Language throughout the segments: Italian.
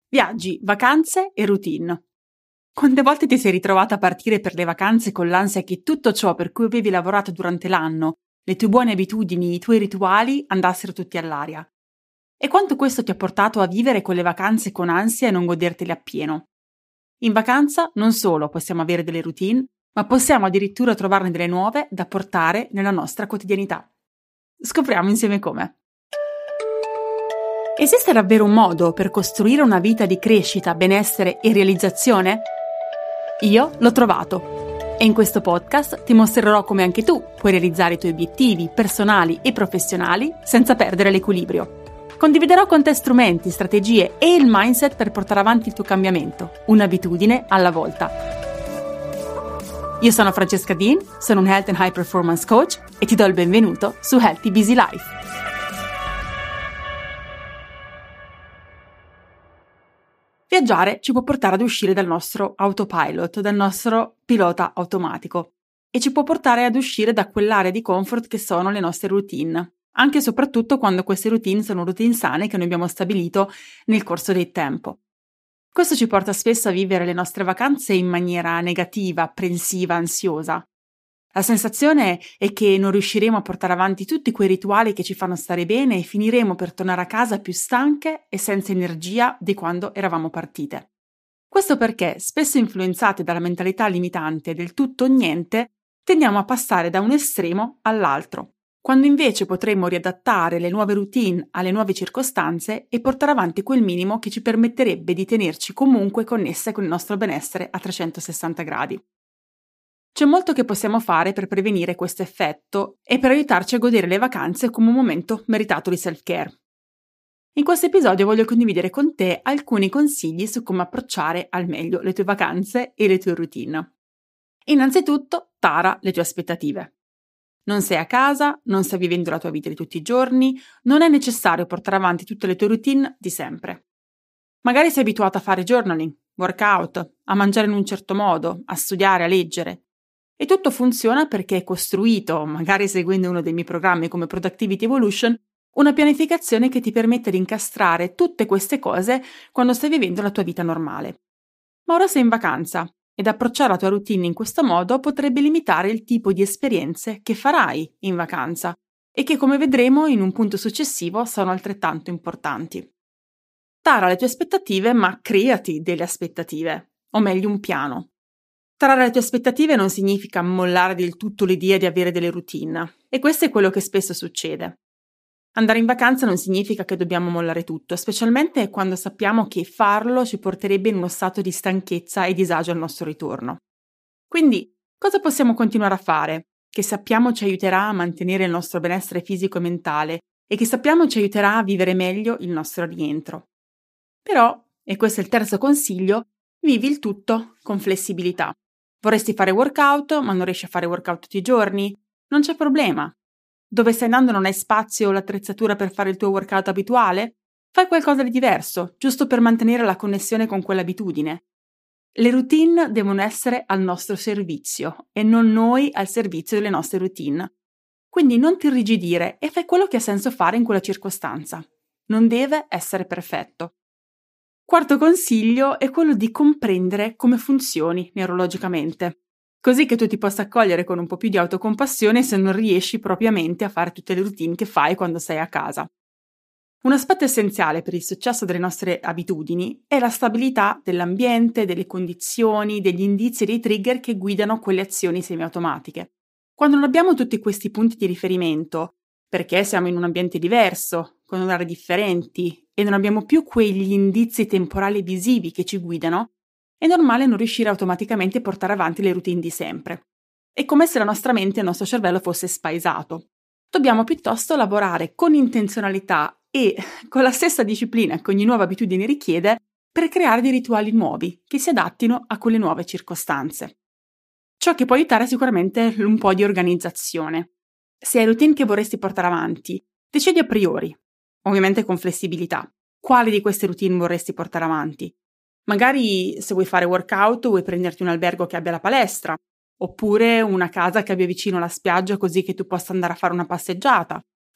Viaggi, vacanze e routine. Quante volte ti sei ritrovata a partire per le vacanze con l'ansia che tutto ciò per cui avevi lavorato durante l'anno, le tue buone abitudini, i tuoi rituali, andassero tutti all'aria? E quanto questo ti ha portato a vivere quelle vacanze con ansia e non godertele appieno? In vacanza non solo possiamo avere delle routine, ma possiamo addirittura trovarne delle nuove da portare nella nostra quotidianità. Scopriamo insieme come. Esiste davvero un modo per costruire una vita di crescita, benessere e realizzazione? Io l'ho trovato e in questo podcast ti mostrerò come anche tu puoi realizzare i tuoi obiettivi personali e professionali senza perdere l'equilibrio. Condividerò con te strumenti, strategie e il mindset per portare avanti il tuo cambiamento, un'abitudine alla volta. Io sono Francesca Dean, sono un Health and High Performance Coach e ti do il benvenuto su Healthy Busy Life. Viaggiare ci può portare ad uscire dal nostro autopilot, dal nostro pilota automatico e ci può portare ad uscire da quell'area di comfort che sono le nostre routine, anche e soprattutto quando queste routine sono routine sane che noi abbiamo stabilito nel corso del tempo. Questo ci porta spesso a vivere le nostre vacanze in maniera negativa, apprensiva, ansiosa. La sensazione è che non riusciremo a portare avanti tutti quei rituali che ci fanno stare bene e finiremo per tornare a casa più stanche e senza energia di quando eravamo partite. Questo perché, spesso influenzati dalla mentalità limitante del tutto o niente, tendiamo a passare da un estremo all'altro, quando invece potremmo riadattare le nuove routine alle nuove circostanze e portare avanti quel minimo che ci permetterebbe di tenerci comunque connesse con il nostro benessere a 360 gradi. C'è molto che possiamo fare per prevenire questo effetto e per aiutarci a godere le vacanze come un momento meritato di self-care. In questo episodio voglio condividere con te alcuni consigli su come approcciare al meglio le tue vacanze e le tue routine. Innanzitutto, tara le tue aspettative. Non sei a casa, non stai vivendo la tua vita di tutti i giorni, non è necessario portare avanti tutte le tue routine di sempre. Magari sei abituato a fare journaling, workout, a mangiare in un certo modo, a studiare, a leggere. E tutto funziona perché è costruito, magari seguendo uno dei miei programmi come Productivity Evolution, una pianificazione che ti permette di incastrare tutte queste cose quando stai vivendo la tua vita normale. Ma ora sei in vacanza ed approcciare la tua routine in questo modo potrebbe limitare il tipo di esperienze che farai in vacanza e che, come vedremo in un punto successivo, sono altrettanto importanti. Tara le tue aspettative, ma creati delle aspettative, o meglio un piano. Tarare le tue aspettative non significa mollare del tutto l'idea di avere delle routine, e questo è quello che spesso succede. Andare in vacanza non significa che dobbiamo mollare tutto, specialmente quando sappiamo che farlo ci porterebbe in uno stato di stanchezza e disagio al nostro ritorno. Quindi, cosa possiamo continuare a fare, che sappiamo ci aiuterà a mantenere il nostro benessere fisico e mentale e che sappiamo ci aiuterà a vivere meglio il nostro rientro? Però, e questo è il terzo consiglio, vivi il tutto con flessibilità. Vorresti fare workout, ma non riesci a fare workout tutti i giorni? Non c'è problema. Dove stai andando non hai spazio o l'attrezzatura per fare il tuo workout abituale? Fai qualcosa di diverso, giusto per mantenere la connessione con quell'abitudine. Le routine devono essere al nostro servizio e non noi al servizio delle nostre routine. Quindi non ti irrigidire e fai quello che ha senso fare in quella circostanza. Non deve essere perfetto. Quarto consiglio è quello di comprendere come funzioni neurologicamente, così che tu ti possa accogliere con un po' più di autocompassione se non riesci propriamente a fare tutte le routine che fai quando sei a casa. Un aspetto essenziale per il successo delle nostre abitudini è la stabilità dell'ambiente, delle condizioni, degli indizi e dei trigger che guidano quelle azioni semiautomatiche. Quando non abbiamo tutti questi punti di riferimento, perché siamo in un ambiente diverso, con orari differenti e non abbiamo più quegli indizi temporali visivi che ci guidano, è normale non riuscire automaticamente a portare avanti le routine di sempre. È come se la nostra mente e il nostro cervello fosse spaesato. Dobbiamo piuttosto lavorare con intenzionalità e con la stessa disciplina che ogni nuova abitudine richiede per creare dei rituali nuovi che si adattino a quelle nuove circostanze. Ciò che può aiutare è sicuramente un po' di organizzazione. Se hai routine che vorresti portare avanti, decidi a priori, ovviamente con flessibilità, quali di queste routine vorresti portare avanti. Magari se vuoi fare workout vuoi prenderti un albergo che abbia la palestra, oppure una casa che abbia vicino la spiaggia così che tu possa andare a fare una passeggiata,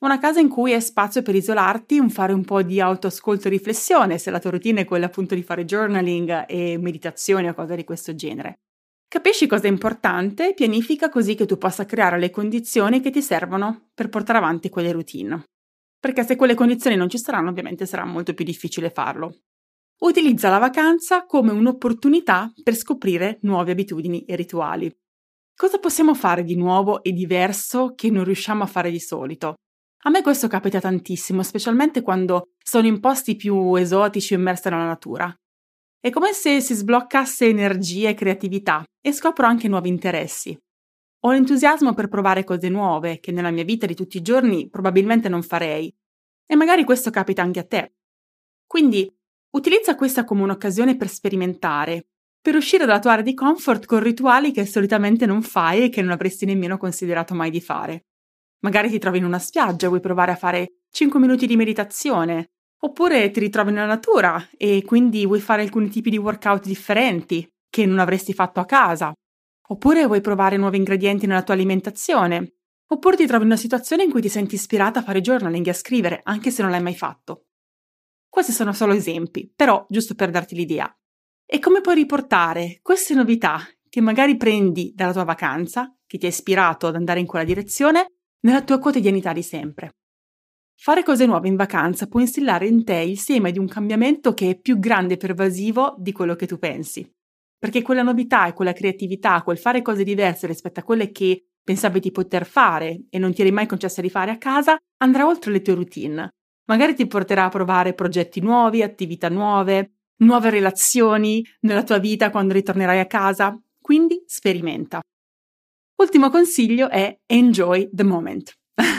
Una casa in cui hai spazio per isolarti, fare un po' di autoascolto e riflessione, se la tua routine è quella appunto di fare journaling e meditazione o cose di questo genere. Capisci cosa è importante e pianifica così che tu possa creare le condizioni che ti servono per portare avanti quelle routine. Perché se quelle condizioni non ci saranno, ovviamente sarà molto più difficile farlo. Utilizza la vacanza come un'opportunità per scoprire nuove abitudini e rituali. Cosa possiamo fare di nuovo e diverso che non riusciamo a fare di solito? A me questo capita tantissimo, specialmente quando sono in posti più esotici o immersa nella natura. È come se si sbloccasse energia e creatività e scopro anche nuovi interessi. Ho l'entusiasmo per provare cose nuove che nella mia vita di tutti i giorni probabilmente non farei. E magari questo capita anche a te. Quindi utilizza questa come un'occasione per sperimentare, per uscire dalla tua area di comfort con rituali che solitamente non fai e che non avresti nemmeno considerato mai di fare. Magari ti trovi in una spiaggia e vuoi provare a fare 5 minuti di meditazione, oppure ti ritrovi nella natura e quindi vuoi fare alcuni tipi di workout differenti che non avresti fatto a casa, oppure vuoi provare nuovi ingredienti nella tua alimentazione, oppure ti trovi in una situazione in cui ti senti ispirata a fare journaling e a scrivere, anche se non l'hai mai fatto. Questi sono solo esempi, però giusto per darti l'idea. E come puoi riportare queste novità che magari prendi dalla tua vacanza, che ti ha ispirato ad andare in quella direzione, nella tua quotidianità di sempre? Fare cose nuove in vacanza può instillare in te il seme di un cambiamento che è più grande e pervasivo di quello che tu pensi. Perché quella novità e quella creatività, quel fare cose diverse rispetto a quelle che pensavi di poter fare e non ti eri mai concessa di fare a casa, andrà oltre le tue routine. Magari ti porterà a provare progetti nuovi, attività nuove, nuove relazioni nella tua vita quando ritornerai a casa. Quindi sperimenta. Ultimo consiglio è enjoy the moment.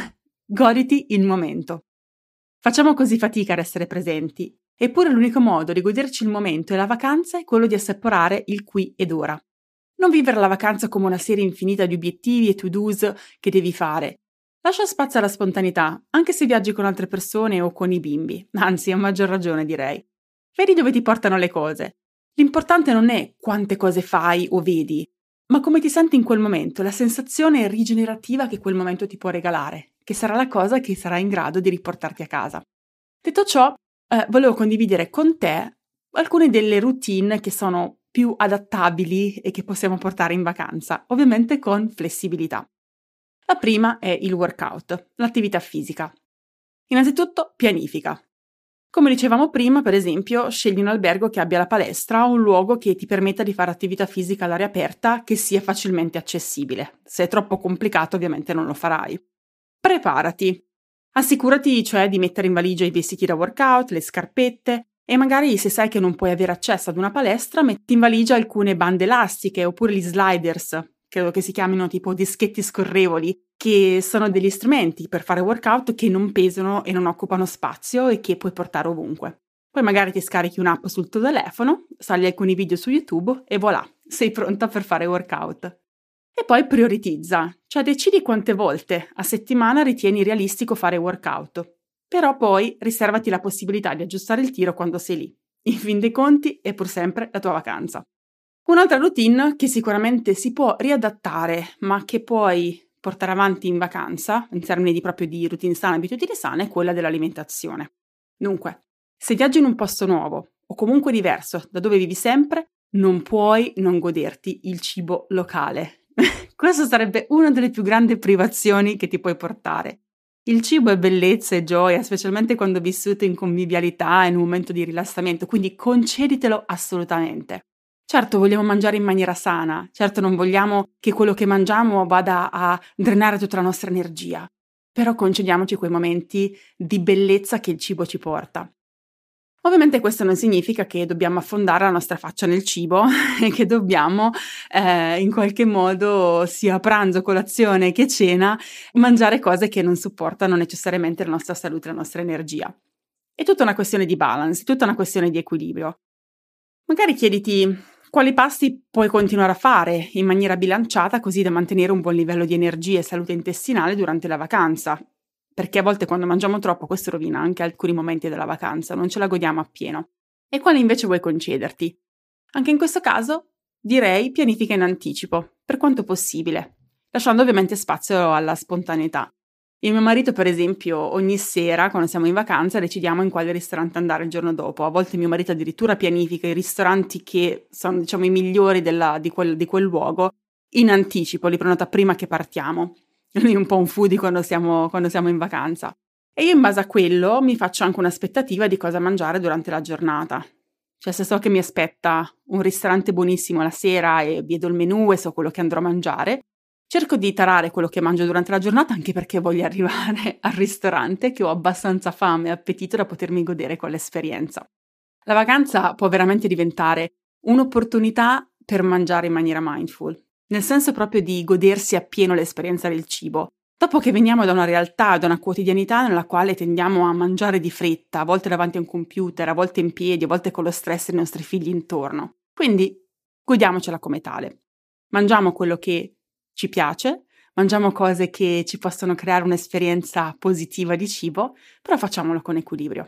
Goditi il momento. Facciamo così fatica ad essere presenti, eppure l'unico modo di goderci il momento e la vacanza è quello di assaporare il qui ed ora. Non vivere la vacanza come una serie infinita di obiettivi e to-dos che devi fare. Lascia spazio alla spontaneità, anche se viaggi con altre persone o con i bimbi, anzi a maggior ragione direi. Vedi dove ti portano le cose. L'importante non è quante cose fai o vedi, ma come ti senti in quel momento, la sensazione rigenerativa che quel momento ti può regalare, che sarà la cosa che sarà in grado di riportarti a casa. Detto ciò, volevo condividere con te alcune delle routine che sono più adattabili e che possiamo portare in vacanza, ovviamente con flessibilità. La prima è il workout, l'attività fisica. Innanzitutto, pianifica. Come dicevamo prima, per esempio, scegli un albergo che abbia la palestra o un luogo che ti permetta di fare attività fisica all'aria aperta che sia facilmente accessibile. Se è troppo complicato, ovviamente non lo farai. Preparati. Assicurati, cioè, di mettere in valigia i vestiti da workout, le scarpette e magari, se sai che non puoi avere accesso ad una palestra, metti in valigia alcune bande elastiche oppure gli sliders, credo che si chiamino tipo dischetti scorrevoli, che sono degli strumenti per fare workout che non pesano e non occupano spazio e che puoi portare ovunque. Poi magari ti scarichi un'app sul tuo telefono, salvi alcuni video su YouTube e voilà, sei pronta per fare workout. E poi prioritizza, cioè decidi quante volte a settimana ritieni realistico fare workout, però poi riservati la possibilità di aggiustare il tiro quando sei lì. In fin dei conti è pur sempre la tua vacanza. Un'altra routine che sicuramente si può riadattare, ma che puoi portare avanti in vacanza, in termini di proprio di routine sana e abitudini sane, è quella dell'alimentazione. Dunque, se viaggi in un posto nuovo o comunque diverso da dove vivi sempre, non puoi non goderti il cibo locale. Questa sarebbe una delle più grandi privazioni che ti puoi portare. Il cibo è bellezza e gioia, specialmente quando vissuto in convivialità e in un momento di rilassamento, quindi conceditelo assolutamente. Certo, vogliamo mangiare in maniera sana, certo non vogliamo che quello che mangiamo vada a drenare tutta la nostra energia, però concediamoci quei momenti di bellezza che il cibo ci porta. Ovviamente questo non significa che dobbiamo affondare la nostra faccia nel cibo e che dobbiamo in qualche modo, sia pranzo, colazione che cena, mangiare cose che non supportano necessariamente la nostra salute e la nostra energia. È tutta una questione di balance, è tutta una questione di equilibrio. Magari chiediti quali passi puoi continuare a fare in maniera bilanciata così da mantenere un buon livello di energia e salute intestinale durante la vacanza. Perché a volte quando mangiamo troppo questo rovina anche alcuni momenti della vacanza, non ce la godiamo appieno. E quali invece vuoi concederti? Anche in questo caso direi pianifica in anticipo, per quanto possibile, lasciando ovviamente spazio alla spontaneità. Io e mio marito, per esempio, ogni sera, quando siamo in vacanza, decidiamo in quale ristorante andare il giorno dopo. A volte mio marito addirittura pianifica i ristoranti che sono, diciamo, i migliori di quel luogo in anticipo, li prenota prima che partiamo. Lui è un po' un foodie quando siamo in vacanza. E io in base a quello mi faccio anche un'aspettativa di cosa mangiare durante la giornata. Cioè, se so che mi aspetta un ristorante buonissimo la sera e vedo il menù e so quello che andrò a mangiare, cerco di tarare quello che mangio durante la giornata, anche perché voglio arrivare al ristorante che ho abbastanza fame e appetito da potermi godere quell'esperienza. La vacanza può veramente diventare un'opportunità per mangiare in maniera mindful, nel senso proprio di godersi appieno l'esperienza del cibo. Dopo che veniamo da una realtà, da una quotidianità nella quale tendiamo a mangiare di fretta, a volte davanti a un computer, a volte in piedi, a volte con lo stress dei nostri figli intorno. Quindi godiamocela come tale. Mangiamo quello che ci piace, mangiamo cose che ci possono creare un'esperienza positiva di cibo, però facciamolo con equilibrio.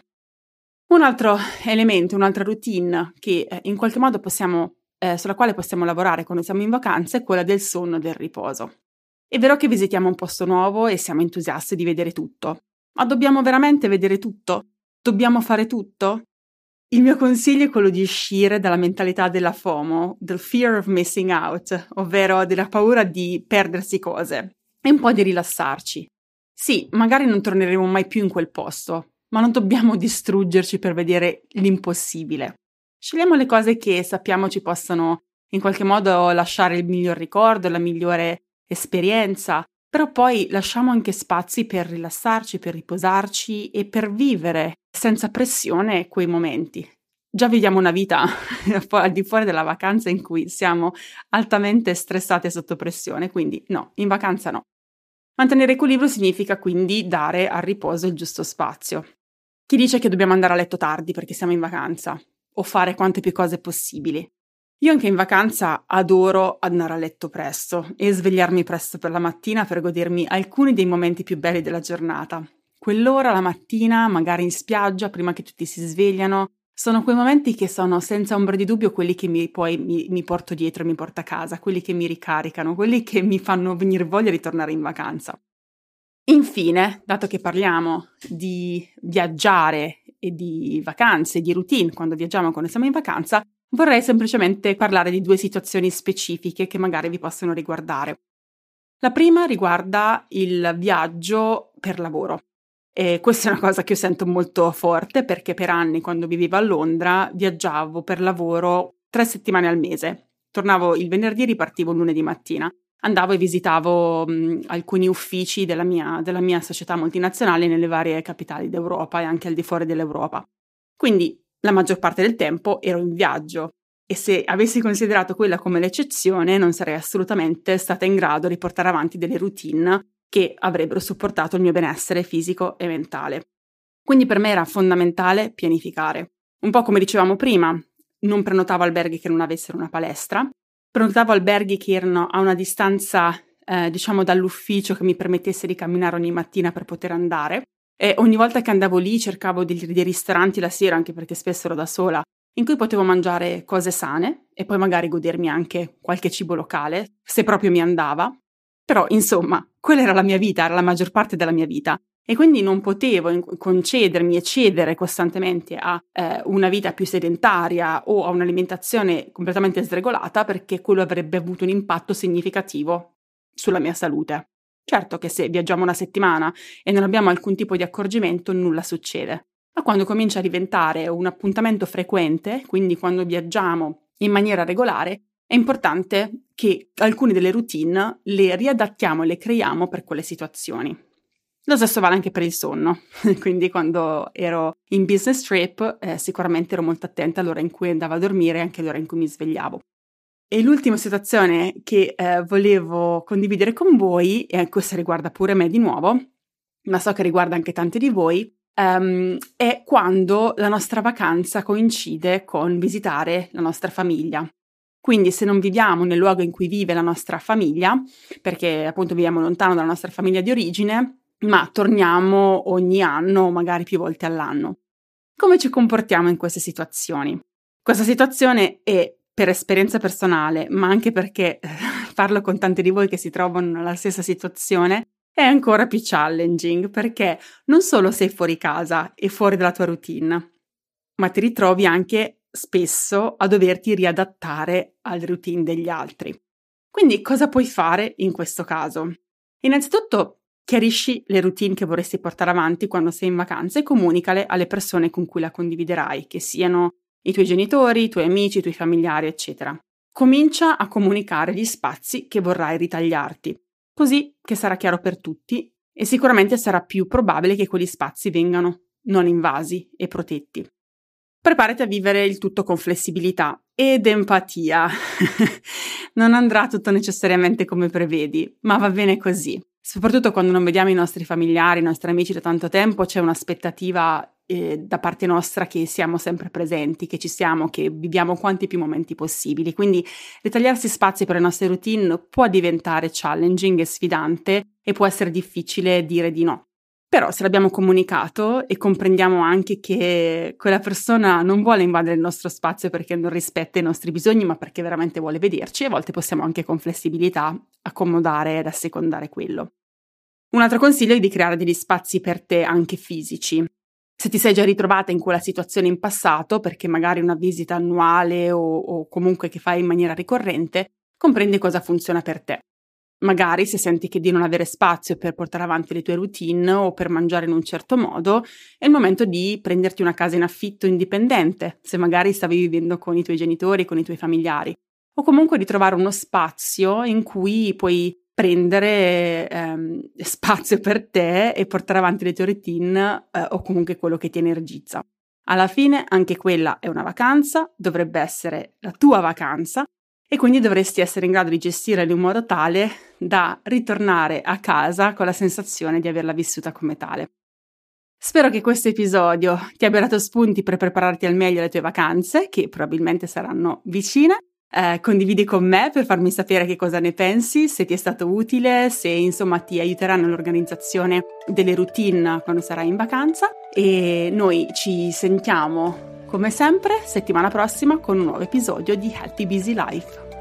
Un altro elemento, un'altra routine che in qualche modo sulla quale possiamo lavorare quando siamo in vacanza è quella del sonno e del riposo. È vero che visitiamo un posto nuovo e siamo entusiasti di vedere tutto, ma dobbiamo veramente vedere tutto? Dobbiamo fare tutto? Il mio consiglio è quello di uscire dalla mentalità della FOMO, del fear of missing out, ovvero della paura di perdersi cose, e un po' di rilassarci. Sì, magari non torneremo mai più in quel posto, ma non dobbiamo distruggerci per vedere l'impossibile. Scegliamo le cose che sappiamo ci possono in qualche modo lasciare il miglior ricordo, la migliore esperienza, però poi lasciamo anche spazi per rilassarci, per riposarci e per vivere senza pressione quei momenti. Già viviamo una vita al di fuori della vacanza in cui siamo altamente stressati e sotto pressione, quindi no, in vacanza no. Mantenere equilibrio significa quindi dare al riposo il giusto spazio. Chi dice che dobbiamo andare a letto tardi perché siamo in vacanza o fare quante più cose possibili? Io anche in vacanza adoro andare a letto presto e svegliarmi presto per la mattina per godermi alcuni dei momenti più belli della giornata. Quell'ora la mattina, magari in spiaggia, prima che tutti si svegliano, sono quei momenti che sono senza ombra di dubbio quelli che mi porto dietro, mi porto a casa, quelli che mi ricaricano, quelli che mi fanno venire voglia di tornare in vacanza. Infine, dato che parliamo di viaggiare e di vacanze, di routine quando viaggiamo, quando siamo in vacanza, vorrei semplicemente parlare di 2 situazioni specifiche che magari vi possono riguardare. La prima riguarda il viaggio per lavoro. E questa è una cosa che io sento molto forte perché per anni, quando vivevo a Londra, viaggiavo per lavoro 3 settimane al mese. Tornavo il venerdì e ripartivo il lunedì mattina. Andavo e visitavo alcuni uffici della mia società multinazionale nelle varie capitali d'Europa e anche al di fuori dell'Europa. Quindi la maggior parte del tempo ero in viaggio e se avessi considerato quella come l'eccezione non sarei assolutamente stata in grado di portare avanti delle routine che avrebbero supportato il mio benessere fisico e mentale. Quindi per me era fondamentale pianificare. Un po' come dicevamo prima, non prenotavo alberghi che non avessero una palestra, prenotavo alberghi che erano a una distanza, dall'ufficio che mi permettesse di camminare ogni mattina per poter andare. E ogni volta che andavo lì cercavo dei ristoranti la sera, anche perché spesso ero da sola, in cui potevo mangiare cose sane e poi magari godermi anche qualche cibo locale, se proprio mi andava. Però, insomma, quella era la mia vita, era la maggior parte della mia vita. E quindi non potevo concedermi e cedere costantemente a una vita più sedentaria o a un'alimentazione completamente sregolata, perché quello avrebbe avuto un impatto significativo sulla mia salute. Certo che se viaggiamo una settimana e non abbiamo alcun tipo di accorgimento, nulla succede. Ma quando comincia a diventare un appuntamento frequente, quindi quando viaggiamo in maniera regolare, è importante che alcune delle routine le riadattiamo e le creiamo per quelle situazioni. Lo stesso vale anche per il sonno, quindi quando ero in business trip sicuramente ero molto attenta all'ora in cui andavo a dormire e anche all'ora in cui mi svegliavo. E l'ultima situazione che volevo condividere con voi, e questa riguarda pure me di nuovo, ma so che riguarda anche tanti di voi, è quando la nostra vacanza coincide con visitare la nostra famiglia. Quindi se non viviamo nel luogo in cui vive la nostra famiglia, perché appunto viviamo lontano dalla nostra famiglia di origine, ma torniamo ogni anno o magari più volte all'anno. Come ci comportiamo in queste situazioni? Questa situazione è per esperienza personale, ma anche perché parlo con tanti di voi che si trovano nella stessa situazione, è ancora più challenging perché non solo sei fuori casa e fuori dalla tua routine, ma ti ritrovi anche spesso a doverti riadattare alle routine degli altri. Quindi cosa puoi fare in questo caso? Innanzitutto chiarisci le routine che vorresti portare avanti quando sei in vacanza e comunicale alle persone con cui la condividerai, che siano i tuoi genitori, i tuoi amici, i tuoi familiari, eccetera. Comincia a comunicare gli spazi che vorrai ritagliarti, così che sarà chiaro per tutti e sicuramente sarà più probabile che quegli spazi vengano non invasi e protetti. Preparati a vivere il tutto con flessibilità ed empatia. Non andrà tutto necessariamente come prevedi, ma va bene così. Soprattutto quando non vediamo i nostri familiari, i nostri amici da tanto tempo, c'è un'aspettativa da parte nostra che siamo sempre presenti, che ci siamo, che viviamo quanti più momenti possibili. Quindi ritagliarsi spazi per le nostre routine può diventare challenging e sfidante e può essere difficile dire di no. Però se l'abbiamo comunicato e comprendiamo anche che quella persona non vuole invadere il nostro spazio perché non rispetta i nostri bisogni, ma perché veramente vuole vederci, a volte possiamo anche con flessibilità accomodare ed assecondare quello. Un altro consiglio è di creare degli spazi per te anche fisici. Se ti sei già ritrovata in quella situazione in passato, perché magari una visita annuale o comunque che fai in maniera ricorrente, comprendi cosa funziona per te. Magari se senti che di non avere spazio per portare avanti le tue routine o per mangiare in un certo modo, è il momento di prenderti una casa in affitto indipendente, se magari stavi vivendo con i tuoi genitori, con i tuoi familiari, o comunque di trovare uno spazio in cui puoi prendere spazio per te e portare avanti le tue routine o comunque quello che ti energizza. Alla fine anche quella è una vacanza, dovrebbe essere la tua vacanza, e quindi dovresti essere in grado di gestirla in modo tale da ritornare a casa con la sensazione di averla vissuta come tale. Spero che questo episodio ti abbia dato spunti per prepararti al meglio alle tue vacanze, che probabilmente saranno vicine. Condividi con me per farmi sapere che cosa ne pensi, se ti è stato utile, se insomma ti aiuterà nell'organizzazione delle routine quando sarai in vacanza, e noi ci sentiamo come sempre settimana prossima con un nuovo episodio di Healthy Busy Life.